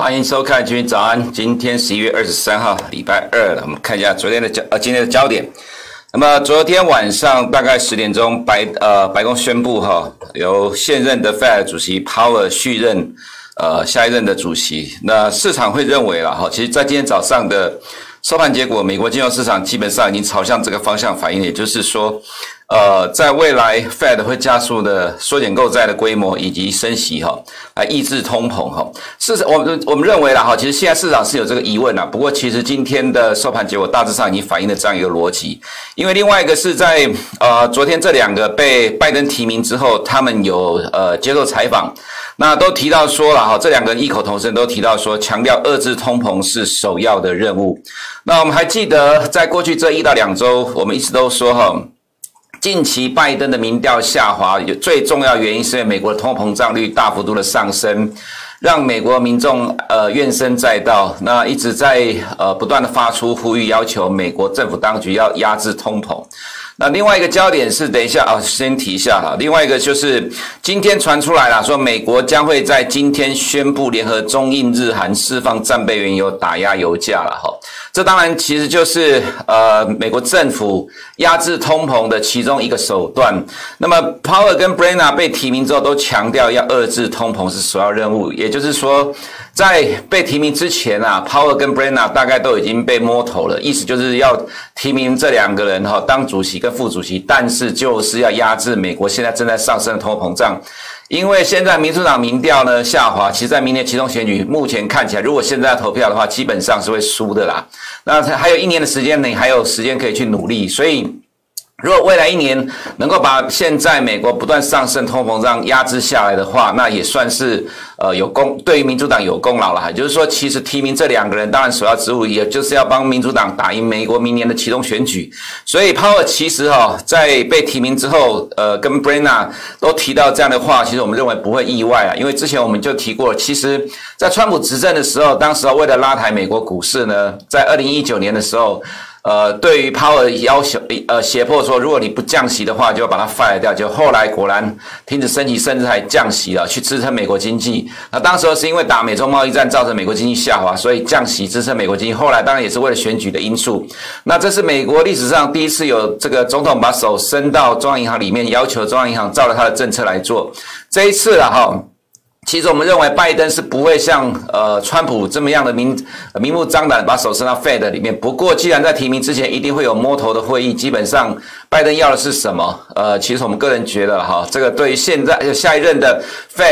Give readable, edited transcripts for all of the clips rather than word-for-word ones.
欢迎收看《今天早安》。今天11月23号，礼拜二了。我们看一下今天的焦点。那么昨天晚上大概10点钟，白宫宣布由现任的 Fed 主席 Powell 续任下一任的主席。那市场会认为其实在今天早上的收盘结果，美国金融市场基本上已经朝向这个方向反应，也就是说在未来 Fed 会加速的缩减购债的规模以及升息来抑制通膨我们认为其实现在市场是有这个疑问不过其实今天的收盘结果大致上已经反映了这样一个逻辑。因为另外一个是在昨天这两个被拜登提名之后，他们有接受采访，那都提到说这两个人异口同声都提到说，强调遏制通膨是首要的任务。那我们还记得在过去这1到2周，我们一直都说近期拜登的民调下滑，最重要原因是因为美国的通货膨胀率大幅度的上升，让美国民众怨声载道，那一直在不断的发出呼吁，要求美国政府当局要压制通膨。那另外一个焦点是，等一下先提一下另外一个就是今天传出来说美国将会在今天宣布联合中印日韩释放战备原油，打压油价这当然其实就是美国政府压制通膨的其中一个手段。那么 Powell 跟 Brennan 被提名之后都强调要遏制通膨是首要任务，也就是说在被提名之前Powell 跟 Brennan 大概都已经被摸头了，意思就是要提名这两个人当主席跟副主席，但是就是要压制美国现在正在上升的通货膨胀。因为现在民主党民调呢下滑，其实在明年期中选举目前看起来，如果现在投票的话，基本上是会输的啦。那还有1年的时间，你还有时间可以去努力，所以如果未来1年能够把现在美国不断上升通货膨胀压制下来的话，那也算是对于民主党有功劳了。也就是说，其实提名这两个人，当然首要职务也就是要帮民主党打赢美国明年的期中选举。所以 Powell 其实在被提名之后，跟 Brennan 都提到这样的话，其实我们认为不会意外因为之前我们就提过，其实在川普执政的时候，当时为了拉抬美国股市呢，在2019年的时候。对于 Powell 要求胁迫说，如果你不降息的话，就要把它 fire 掉。就后来果然停止升息，甚至还降息了，去支撑美国经济。那当时是因为打美中贸易战造成美国经济下滑，所以降息支撑美国经济。后来当然也是为了选举的因素。那这是美国历史上第一次有这个总统把手伸到中央银行里面，要求中央银行照着他的政策来做。这一次其实我们认为拜登是不会像川普这么样的明目张胆把手伸到 Fed 里面。不过既然在提名之前一定会有摸头的会议，基本上拜登要的是什么？其实我们个人觉得这个对于现在下一任的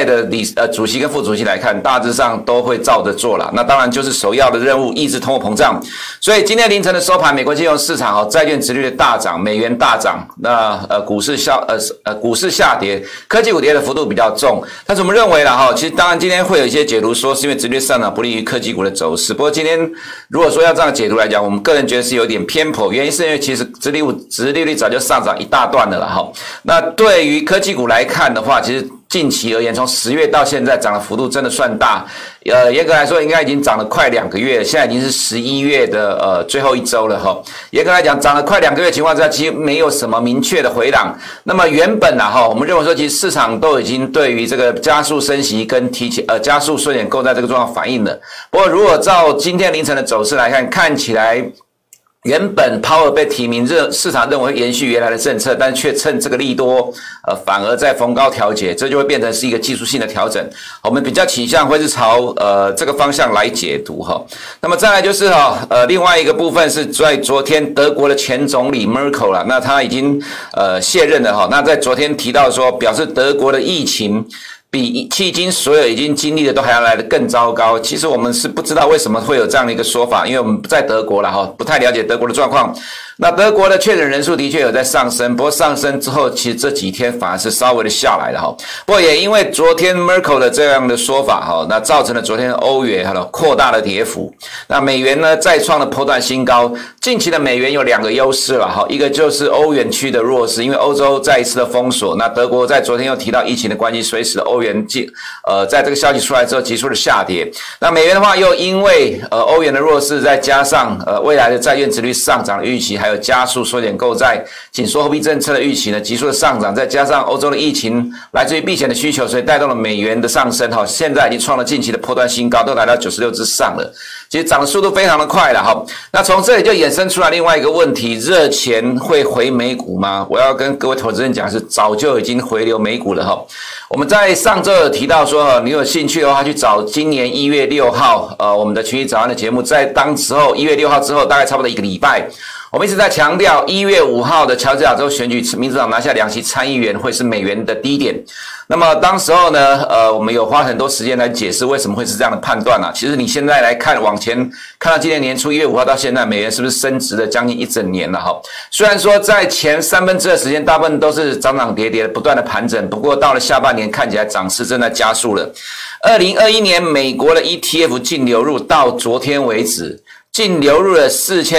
Fed 主席跟副主席来看，大致上都会照着做了。那当然就是首要的任务，抑制通货膨胀。所以今天凌晨的收盘，美国金融市场债券殖利率大涨，美元大涨，那股市下跌，科技股跌的幅度比较重。但是我们认为其实当然今天会有一些解读说是因为殖利率上涨不利于科技股的走势。不过今天如果说要这样解读来讲，我们个人觉得是有点偏颇，原因是因为其实殖利率早就上涨一大段了那对于科技股来看的话，其实近期而言，从10月到现在涨的幅度真的算大。严格来说应该已经涨了快2个月了，现在已经是11月的最后1周了严格来讲，涨了快2个月的情况之下，其实没有什么明确的回档。那么原本我们认为说，其实市场都已经对于这个加速升息跟加速缩减购债这个状况反应了。不过如果照今天凌晨的走势来看，看起来原本 Powell 被提名，市场认为延续原来的政策，但却趁这个利多，反而在逢高调节，这就会变成是一个技术性的调整。我们比较倾向会是朝这个方向来解读那么再来就是另外一个部分是在昨天德国的前总理 Merkel 了，那他已经卸任了那在昨天提到说，表示德国的疫情比迄今所有已经经历的都还要来得更糟糕。其实我们是不知道为什么会有这样的一个说法，因为我们不在德国了不太了解德国的状况。那德国的确诊人数的确有在上升，不过上升之后，其实这几天反而是稍微的下来了不过也因为昨天 Merkel 的这样的说法那造成了昨天欧元扩大的跌幅。那美元呢再创了波段新高。近期的美元有2个优势了一个就是欧元区的弱势，因为欧洲再一次的封锁。那德国在昨天又提到疫情的关系，所以使得欧元在这个消息出来之后急速的下跌。那美元的话又因为欧元的弱势，再加上未来的债券殖利率上涨的预期， 还有加速缩减购债、紧缩货币政策的预期呢急速的上涨，再加上欧洲的疫情来自于避险的需求，所以带动了美元的上升哈，现在已经创了近期的波段新高，都来到96之上了。其实涨的速度非常的快了哈。那从这里就衍生出来另外一个问题，热钱会回美股吗？我要跟各位投资人讲，是早就已经回流美股了哈。我们在上周有提到说，你有兴趣的话去找今年1月6号我们的群益早安的节目，在当时候1月6号之后大概差不多1个礼拜，我们一直在强调1月5号的乔治亚州选举，民主党拿下2席参议员会是美元的低点。那么当时候呢我们有花很多时间来解释为什么会是这样的判断啊。其实你现在来看，往前看到今年年初1月5号到现在，美元是不是升值了将近1整年了哈？虽然说在前2/3的时间大部分都是涨涨跌跌的不断的盘整，不过到了下半年看起来涨势正在加速了。2021年美国的 ETF 净流入到昨天为止净流入了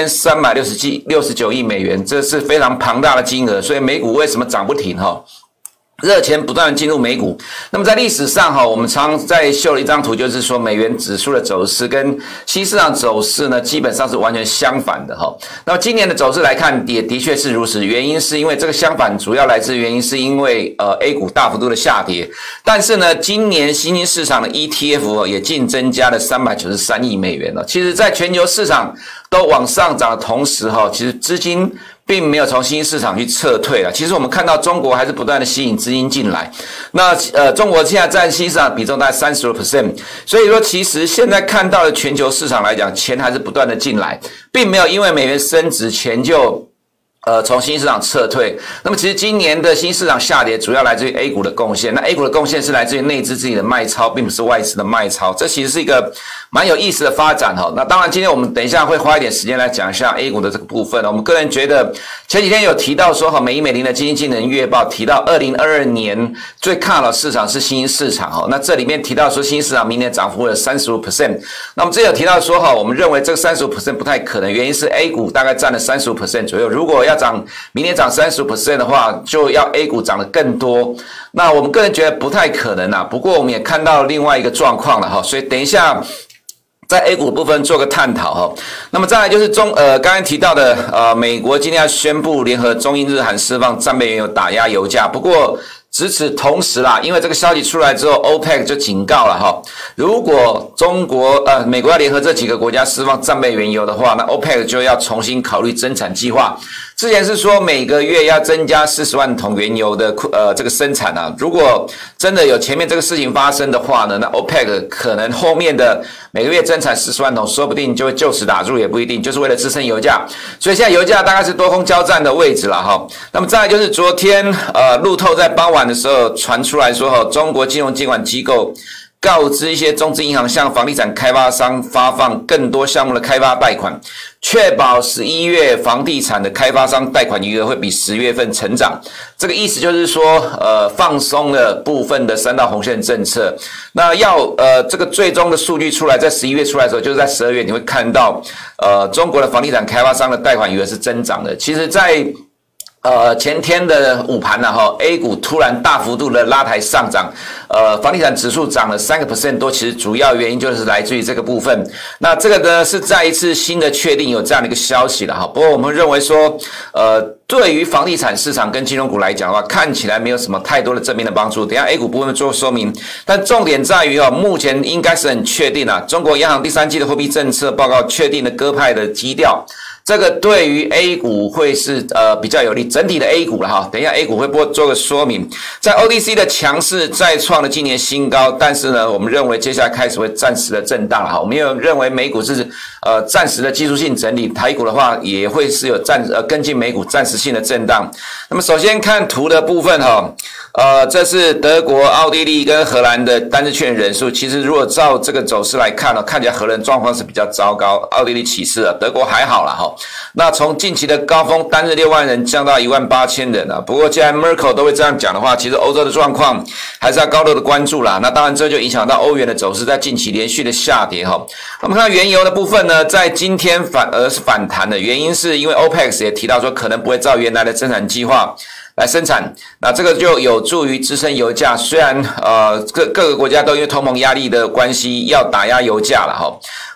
4369亿美元，这是非常庞大的金额，所以美股为什么涨不停哈？热钱不断的进入美股。那么在历史上我们常在秀了一张图，就是说美元指数的走势跟新市场走势呢基本上是完全相反的哈。那么今年的走势来看也的确是如此，原因是因为这个相反主要来自原因是因为A 股大幅度的下跌，但是呢今年新兴市场的 ETF 也净增加了393亿美元了。其实在全球市场都往上涨的同时其实资金并没有从新兴市场去撤退了。其实我们看到中国还是不断的吸引资金进来，那中国现在占新兴市场比重大概30%，所以说其实现在看到的全球市场来讲，钱还是不断的进来，并没有因为美元升值钱就从新兴市场撤退。那么其实今年的新市场下跌主要来自于 A 股的贡献，那 A 股的贡献是来自于内资自己的卖超，并不是外资的卖超，这其实是一个蛮有意思的发展那当然今天我们等一下会花一点时间来讲一下 A 股的这个部分我们个人觉得前几天有提到说美银美林的基金经理人月报提到2022年最看好的市场是新兴市场那这里面提到说新兴市场明年涨幅有 35%， 那我们之前有提到说我们认为这个 35% 不太可能，原因是 A 股大概占了 35% 左右，如果要明年涨 35% 的话，就要 A 股涨得更多，那我们个人觉得不太可能不过我们也看到另外一个状况了所以等一下在 A 股部分做个探讨那么再来就是刚才提到的美国今天要宣布联合中印日韩释放战备原油打压油价，不过值此同时因为这个消息出来之后 OPEC 就警告了如果美国要联合这几个国家释放战备原油的话，那 OPEC 就要重新考虑增产计划。之前是说每个月要增加40万桶原油的这个生产如果真的有前面这个事情发生的话呢，那 OPEC 可能后面的每个月增产40万桶说不定就会就此打住，也不一定，就是为了支撑油价。所以现在油价大概是多空交战的位置了那么再来就是昨天路透在傍晚的时候传出来说中国金融监管机构告知一些中资银行向房地产开发商发放更多项目的开发贷款，确保11月房地产的开发商贷款余额会比10月份成长。这个意思就是说放松了部分的3道红线政策。那要这个最终的数据出来，在11月出来的时候，就是在12月你会看到中国的房地产开发商的贷款余额是增长的。其实在前天的午盘A 股突然大幅度的拉抬上涨，房地产指数涨了3% 多，其实主要原因就是来自于这个部分。那这个呢是再一次新的确定有这样的一个消息了不过我们认为说对于房地产市场跟金融股来讲的话，看起来没有什么太多的正面的帮助，等一下 A 股部分做说明。但重点在于目前应该是很确定中国央行第3季的货币政策报告确定了鸽派的基调，这个对于 A 股会是比较有利，整体的 A 股了等一下 A 股会做个说明。在 OTC 的强势再创了今年新高，但是呢我们认为接下来开始会暂时的震荡了我们也认为美股是暂时的技术性整理，台股的话也会是有跟进美股暂时性的震荡。那么首先看图的部分这是德国、奥地利跟荷兰的单日确诊人数。其实如果照这个走势来看看起来荷兰状况是比较糟糕，奥地利其次了，德国还好啦那从近期的高峰单日6万人降到18000人不过既然 Merkel 都会这样讲的话，其实欧洲的状况还是要高度的关注啦。那当然这就影响到欧元的走势，在近期连续的下跌我们看到原油的部分呢，在今天反而是反弹的，原因是因为 OPEC 也提到说可能不会照原来的增产计划来生产，那这个就有助于支撑油价。虽然各个国家都因为通膨压力的关系要打压油价了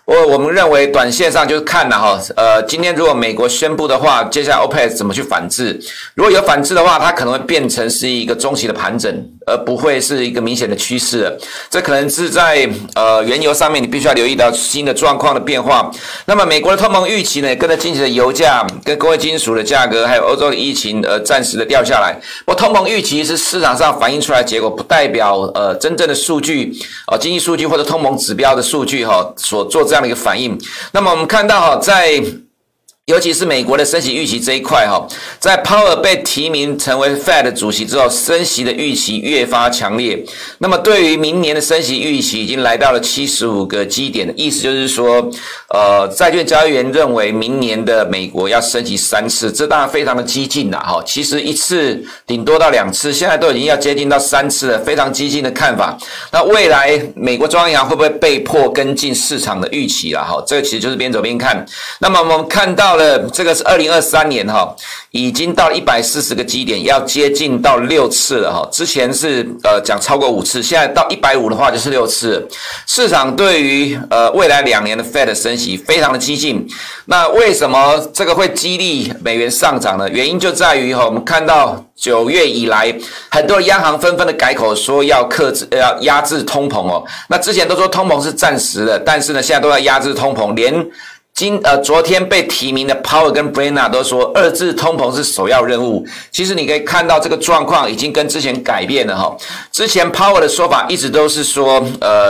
我们认为短线上就是看了哈，今天如果美国宣布的话，接下来 OPEC 怎么去反制？如果有反制的话，它可能会变成是一个中期的盘整，而不会是一个明显的趋势了。这可能是在原油上面，你必须要留意到新的状况的变化。那么美国的通膨预期呢，跟着近期的油价、跟工业金属的价格，还有欧洲的疫情暂时的掉下来。不过通膨预期是市场上反映出来的结果，不代表真正的数据经济数据或者通膨指标的数据所做这样的一个反应。那么我们看到在尤其是美国的升息预期这一块在 Powell 被提名成为 Fed 主席之后，升息的预期越发强烈。那么对于明年的升息预期已经来到了75个基点，意思就是说债券交易员认为明年的美国要升息3次，这当然非常的激进啦其实1次顶多到2次，现在都已经要接近到3次了，非常激进的看法。那未来美国中央银行会不会被迫跟进市场的预期啦这个其实就是边走边看。那么我们看到了这个是2023年已经到了140个基点，要接近到6次了之前是讲超过5次，现在到150的话就是6次。市场对于未来2年的 Fed 升息非常的激进。那为什么这个会激励美元上涨呢？原因就在于我们看到9月以来，很多央行纷纷的改口说要压制通膨那之前都说通膨是暂时的，但是呢现在都在压制通膨，连昨天被提名的 Powell 跟 Brennan 都说2字通膨是首要任务。其实你可以看到这个状况已经跟之前改变了之前 Powell 的说法一直都是说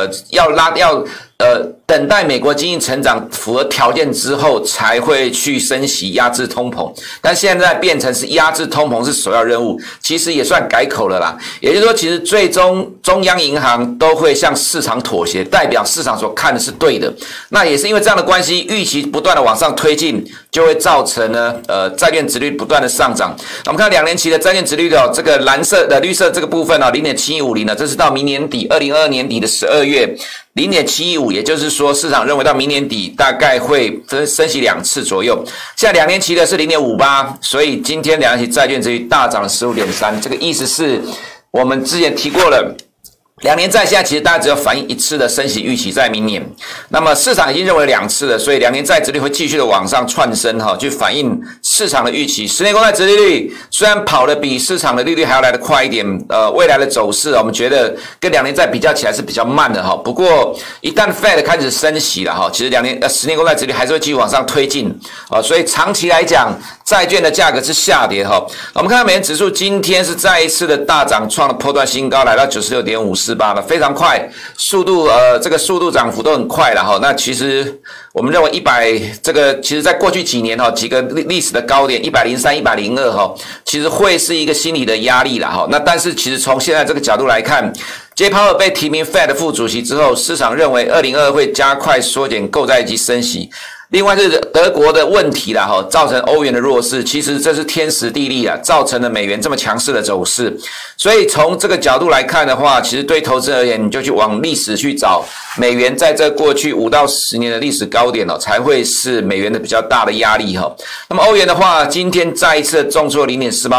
等待美国经济成长符合条件之后才会去升息压制通膨，但现在变成是压制通膨是首要任务，其实也算改口了啦。也就是说其实最终中央银行都会向市场妥协，代表市场所看的是对的。那也是因为这样的关系，预期不断的往上推进，就会造成呢债券殖利率不断的上涨。那我们看2年期的债券殖利率这个绿色这个部分0.750呢，这是到明年底2022年底的12月0.715，也就是说市场认为到明年底大概会升息2次左右。现在2年期的是0.58，所以今天2年期债券殖利率大涨了 15.3， 这个意思是我们之前提过了，2年债现在其实大概只有反映1次的升息预期在明年，那么市场已经认为2次了，所以2年债殖利率会继续的往上窜升去反映市场的预期。10年公债殖利率虽然跑得比市场的利率还要来得快一点，未来的走势我们觉得跟2年债比较起来是比较慢的不过一旦 Fed 开始升息了其实10年公债殖利率还是会继续往上推进所以长期来讲债券的价格是下跌我们看到美元指数今天是再一次的大涨，创了波段新高，来到 96.548 了，非常快，这个速度涨幅都很快了那其实我们认为这个其实在过去几年几个历史的高点103、102其实会是一个心理的压力啦那但是其实从现在这个角度来看，Jay Powell 被提名 Fed 副主席之后，市场认为2022会加快缩减购债及升息。另外是德国的问题啦造成欧元的弱势，其实这是天时地利造成了美元这么强势的走势。所以从这个角度来看的话，其实对投资而言，你就去往历史去找美元在这过去5到10年的历史高点才会是美元的比较大的压力那么欧元的话，今天再一次重挫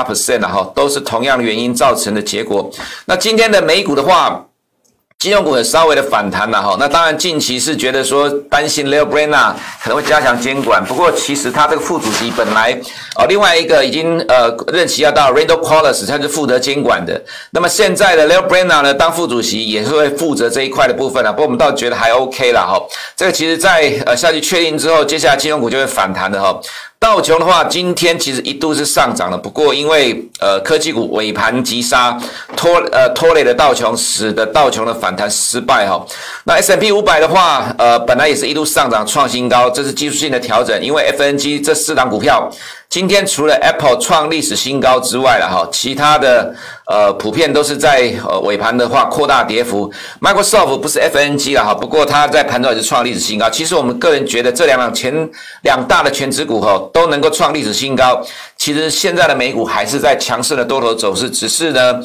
0.48% 都是同样的原因造成的结果。那今天的美股的话，金融股也稍微的反弹了那当然近期是觉得说担心 Lael Brainard 可能会加强监管，不过其实他这个副主席本来另外一个已经任期要到 Randall Collis 他是负责监管的，那么现在的 Lael Brainard 呢当副主席也是会负责这一块的部分不过我们倒觉得还 OK 啦这个其实在消息确定之后，接下来金融股就会反弹的道琼的话，今天其实一度是上涨的，不过因为科技股尾盘急杀，拖累了道琼，使得道琼的反弹失败那 S&P 500的话，本来也是一度上涨创新高，这是技术性的调整，因为 FNG 这4档股票今天除了 Apple 创历史新高之外其他的普遍都是在尾盘的话扩大跌幅。Microsoft 不是 FNG 啦不过它在盘中也是创历史新高。其实我们个人觉得这两大的全指股都能够创历史新高。其实现在的美股还是在强势的多头走势，只是呢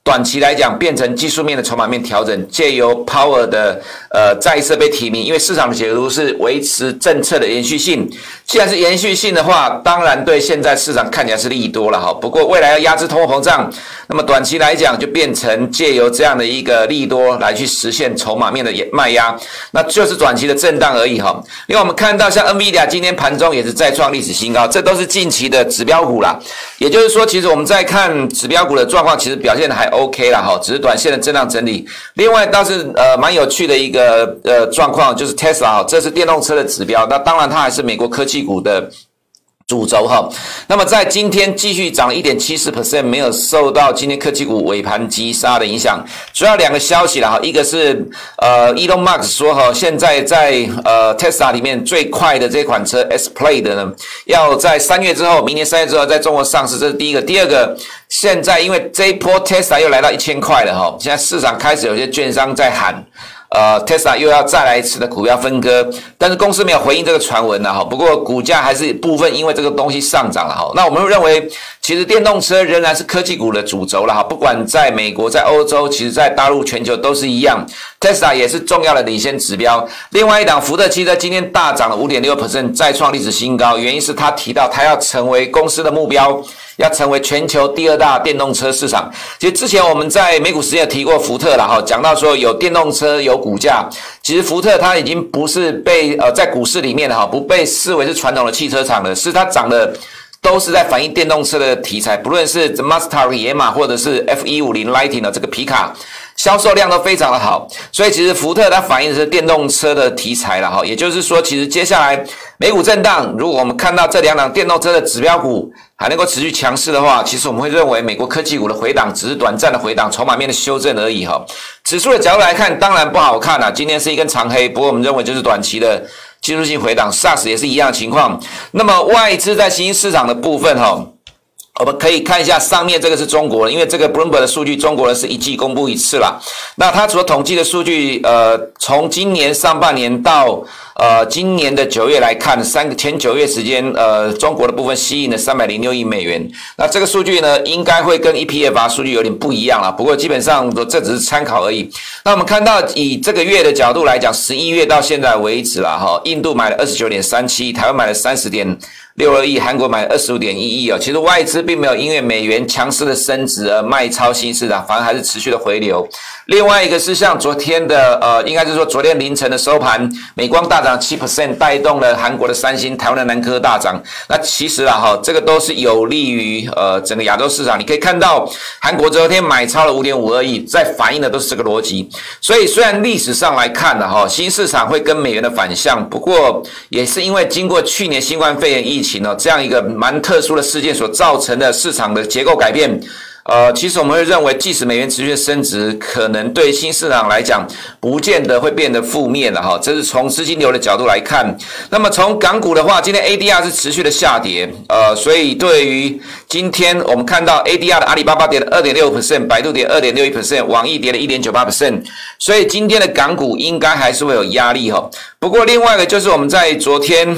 短期来讲变成技术面的筹码面调整，借由 Power 的再一次被提名，因为市场的解读是维持政策的延续性。既然是延续性的话，当然对现在市场看起来是利多了哈。不过未来要压制通货膨胀，那么短期来讲就变成借由这样的一个利多来去实现筹码面的卖压，那就是短期的震荡而已哈。另外我们看到像 NVIDIA 今天盘中也是再创历史新高，这都是近期的指标股啦。也就是说，其实我们在看指标股的状况，其实表现的还 OK 啦哈，只是短线的震荡整理。另外倒是蛮有趣的一个状况，就是 Tesla 这是电动车的指标，那当然它还是美国科技股的主轴哈，那么在今天继续涨了 1.74%， 没有受到今天科技股尾盘急杀的影响。主要两个消息啦哈，一个是Elon Musk 说哈，现在在Tesla 里面最快的这款车 S-Plaid 呢，要在3月之后，明年3月之后在中国上市，这是第一个。第二个，现在因为这一波 Tesla 又来到1000块了哈，现在市场开始有些券商在喊。Tesla 又要再来一次的股票分割，但是公司没有回应这个传闻了哈。不过股价还是部分因为这个东西上涨了哈。那我们会认为，其实电动车仍然是科技股的主轴了哈。不管在美国、在欧洲，其实在大陆、全球都是一样。Tesla 也是重要的领先指标。另外一档福特汽车今天大涨了 5.6%， 再创历史新高。原因是他提到他要成为公司的目标。要成为全球第2大电动车市场。其实之前我们在美股时间有提过福特了哈，讲到说有电动车有股价，其实福特它已经不是被在股市里面的哈，不被视为是传统的汽车厂了，是它涨的都是在反映电动车的题材，不论是 Mustang 野马或者是 F150 Lightning 的这个皮卡。销售量都非常的好，所以其实福特它反映的是电动车的题材了哈，也就是说，其实接下来美股震荡，如果我们看到这2档电动车的指标股还能够持续强势的话，其实我们会认为美国科技股的回档只是短暂的回档，筹码面的修正而已哈。指数的角度来看，当然不好看啊，今天是一根长黑，不过我们认为就是短期的技术性回档 ，SARS 也是一样的情况。那么外资在新兴市场的部分哈。我们可以看一下上面这个是中国的，因为这个 Bloomberg 的数据，中国的是一季公布一次啦。那它除了统计的数据，从今年上半年到今年的9月来看，前9月时间，中国的部分吸引了306亿美元。那这个数据呢，应该会跟 EPFR 数据有点不一样啦。不过基本上这只是参考而已。那我们看到以这个月的角度来讲，11月到现在为止啦，哈，印度买了29.37亿，台湾买了30.62亿，韩国买了25.1亿哦。其实外资并没有因为美元强势的升值而卖超新市场，反而还是持续的回流。另外一个是像昨天的应该是说昨天凌晨的收盘，美光大涨7%，带动了韩国的三星、台湾的南科大涨。那其实啦哈，这个都是有利于整个亚洲市场。你可以看到韩国昨天买超了5.52亿，在反映的都是这个逻辑。所以虽然历史上来看呢哈，新市场会跟美元的反向，不过也是因为经过去年新冠肺炎疫情这样一个蛮特殊的事件所造成的市场的结构改变。其实我们会认为，即使美元持续升值，可能对新市场来讲，不见得会变得负面了哈。这是从资金流的角度来看。那么从港股的话，今天 ADR 是持续的下跌，所以对于今天我们看到 ADR 的阿里巴巴跌了 2.6%， 百度跌 2.61%， 网易跌了 1.98%， 所以今天的港股应该还是会有压力哈。不过另外一个就是我们在昨天。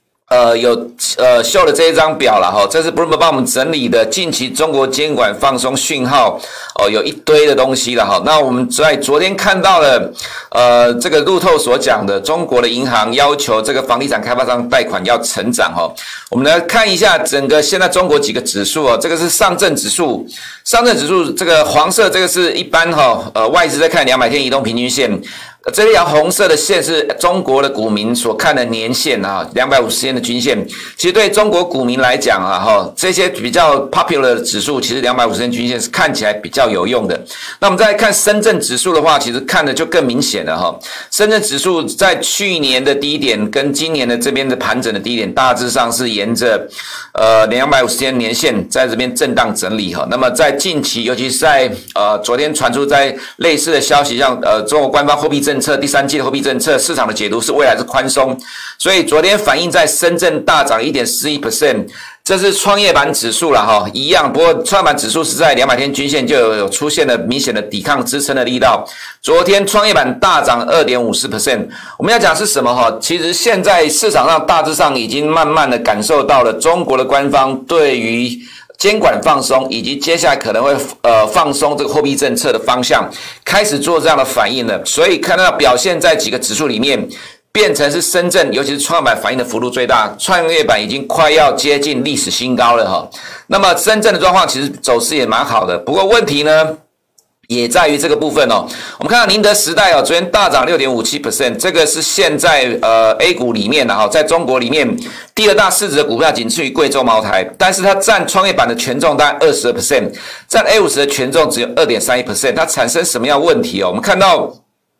秀了这一张表了哈，这是 Bloomberg 帮我们整理的近期中国监管放松讯号有一堆的东西了哈。那我们在昨天看到了这个路透所讲的，中国的银行要求这个房地产开发商贷款要成长哈。我们来看一下整个现在中国几个指数这个是上证指数，这个黄色这个是一般外资在看200天移动平均线。这条红色的线是中国的股民所看的年线250天的均线。其实对中国股民来讲这些比较 popular 的指数，其实250天均线是看起来比较有用的。那我们再看深圳指数的话，其实看的就更明显了深圳指数在去年的低点跟今年的这边的盘整的低点，大致上是沿着250天年线在这边震荡整理那么在近期，尤其是在昨天传出在类似的消息，像中国官方货币政策第3季的货币政策，市场的解读是未来是宽松，所以昨天反映在深圳大涨 1.41%， 这是创业板指数了一样，不过创业板指数是在200天均线就有出现了明显的抵抗支撑的力道。昨天创业板大涨 2.54%， 我们要讲是什么其实现在市场上大致上已经慢慢的感受到了中国的官方对于监管放松，以及接下来可能会放松这个货币政策的方向，开始做这样的反应了。所以看到表现在几个指数里面，变成是深圳，尤其是创业板反应的幅度最大，创业板已经快要接近历史新高了哈。那么深圳的状况其实走势也蛮好的，不过问题呢？也在于这个部分哦，我们看到宁德时代哦，昨天大涨 6.57%， 这个是现在A 股里面的哈，在中国里面第2大市值的股票，仅次于贵州茅台，但是它占创业板的权重大概 20%， 占 A50 的权重只有 2.31%， 它产生什么样的问题哦？我们看到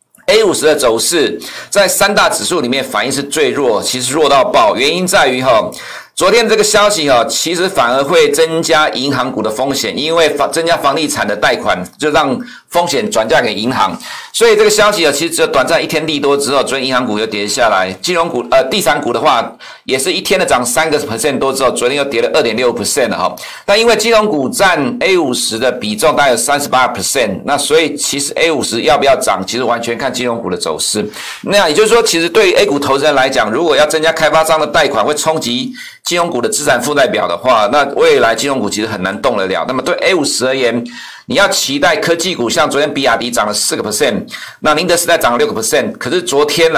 A50 的走势在3大指数里面反应是最弱，其实弱到爆，原因在于昨天这个消息其实反而会增加银行股的风险，因为增加房地产的贷款，就让风险转嫁给银行，所以这个消息其实只有短暂1天利多之后，昨天银行股又跌下来，金融股地产股的话也是1天的涨3% 多之后，昨天又跌了 2.6% 了但因为金融股占 A50 的比重大概有 38%， 那所以其实 A50 要不要涨，其实完全看金融股的走势。那也就是说，其实对于 A 股投资人来讲，如果要增加开发商的贷款，会冲击金融股的资产负债表的话，那未来金融股其实很难动得了。那么对 A50 而言，你要期待科技股，像昨天比亚迪涨了 4%， 那宁德时代涨了 6%， 可是昨天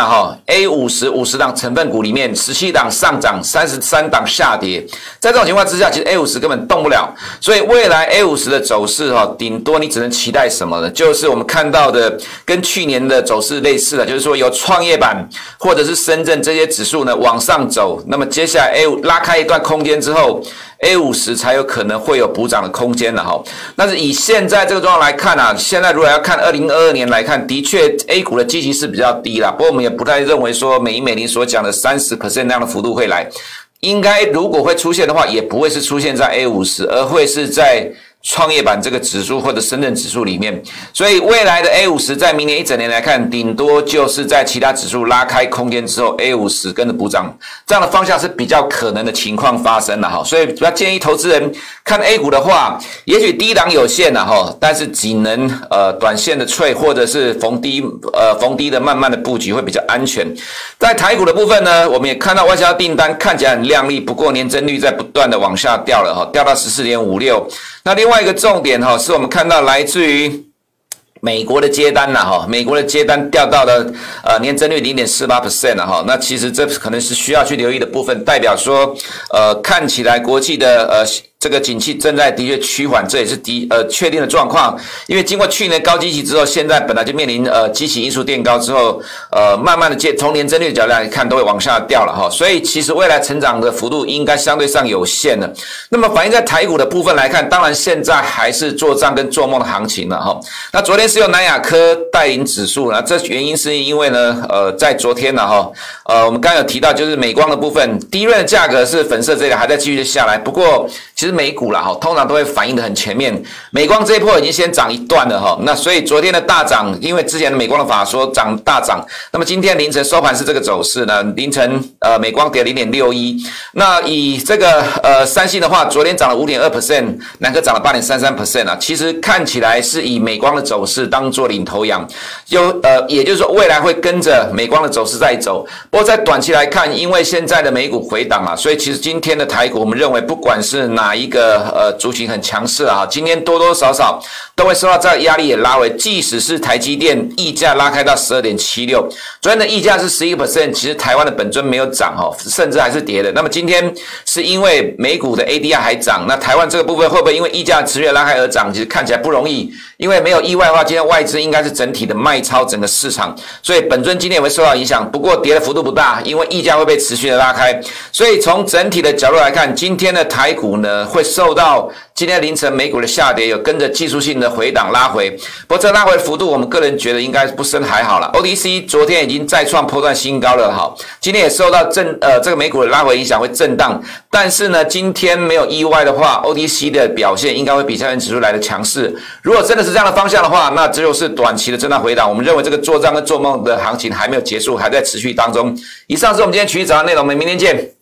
A50 50档成分股里面17档上涨，33档下跌，在这种情况之下，其实 A50 根本动不了。所以未来 A50 的走势顶多你只能期待什么呢？就是我们看到的跟去年的走势类似的，就是说由创业板或者是深圳这些指数呢往上走，那么接下来 A50 拉开一段空间之后，A50 才有可能会有补涨的空间了但是以现在这个状况来看现在如果要看2022年来看，的确 A 股的基期是比较低啦，不过我们也不太认为说美林所讲的 30% 那样的幅度会来，应该如果会出现的话，也不会是出现在 A50， 而会是在创业板这个指数或者深圳指数里面，所以未来的 A50 在明年一整年来看，顶多就是在其他指数拉开空间之后 ，A50 跟着补涨，这样的方向是比较可能的情况发生了所以比较建议投资人看 A 股的话，也许低档有限但是仅能短线的脆或者是逢低的慢慢的布局会比较安全。在台股的部分呢，我们也看到外销订单看起来很亮丽，不过年增率在不断的往下掉了掉到 14.56。那另外一个重点是我们看到来自于美国的接单美国的接单掉到了年增率 0.48% 那其实这可能是需要去留意的部分，代表说看起来国际的这个景气正在的确趋缓，这也是确定的状况。因为经过去年高基期之后，现在本来就面临基期因素垫高之后，慢慢的从年增率的角度来看，都会往下掉了所以其实未来成长的幅度应该相对上有限的。那么反映在台股的部分来看，当然现在还是做账跟做梦的行情了那昨天是由南亚科带领指数，那这原因是因为呢在昨天我们刚刚有提到，就是美光的部分，第一轮的价格是粉色这里还在继续下来，不过其实美股啦通常都会反应的很前面，美光这一波已经先涨一段了那所以昨天的大涨，因为之前的美光的法说大涨，那么今天凌晨收盘是这个走势呢，凌晨美光跌 0.61， 那以这个三星的话，昨天涨了 5.2%， 南科涨了 8.33% 其实看起来是以美光的走势当做领头羊，也就是说未来会跟着美光的走势在走。不过在短期来看，因为现在的美股回档所以其实今天的台股我们认为不管是哪一个族群很强势今天多多少少都会受到这个压力也拉回，即使是台积电溢价拉开到 12.76， 昨天的溢价是 11%， 其实台湾的本尊没有涨甚至还是跌的。那么今天是因为美股的 ADR 还涨，那台湾这个部分会不会因为溢价持续拉开而涨，其实看起来不容易，因为没有意外的话，今天外资应该是整体的卖超整个市场，所以本尊今天也会受到影响，不过跌的幅度不大，因为溢价会被持续的拉开，所以从整体的角度来看，今天的台股呢会受到今天凌晨美股的下跌有跟着技术性的回档拉回，不过这拉回的幅度我们个人觉得应该不深还好了。 OTC 昨天已经再创波段新高了今天也受到这个美股的拉回影响会震荡，但是呢今天没有意外的话， OTC 的表现应该会比加权指数来的强势。如果真的是这样的方向的话，那这就是短期的震荡回档，我们认为这个做账跟做梦的行情还没有结束，还在持续当中。以上是我们今天趋势早上内容，我们明天见。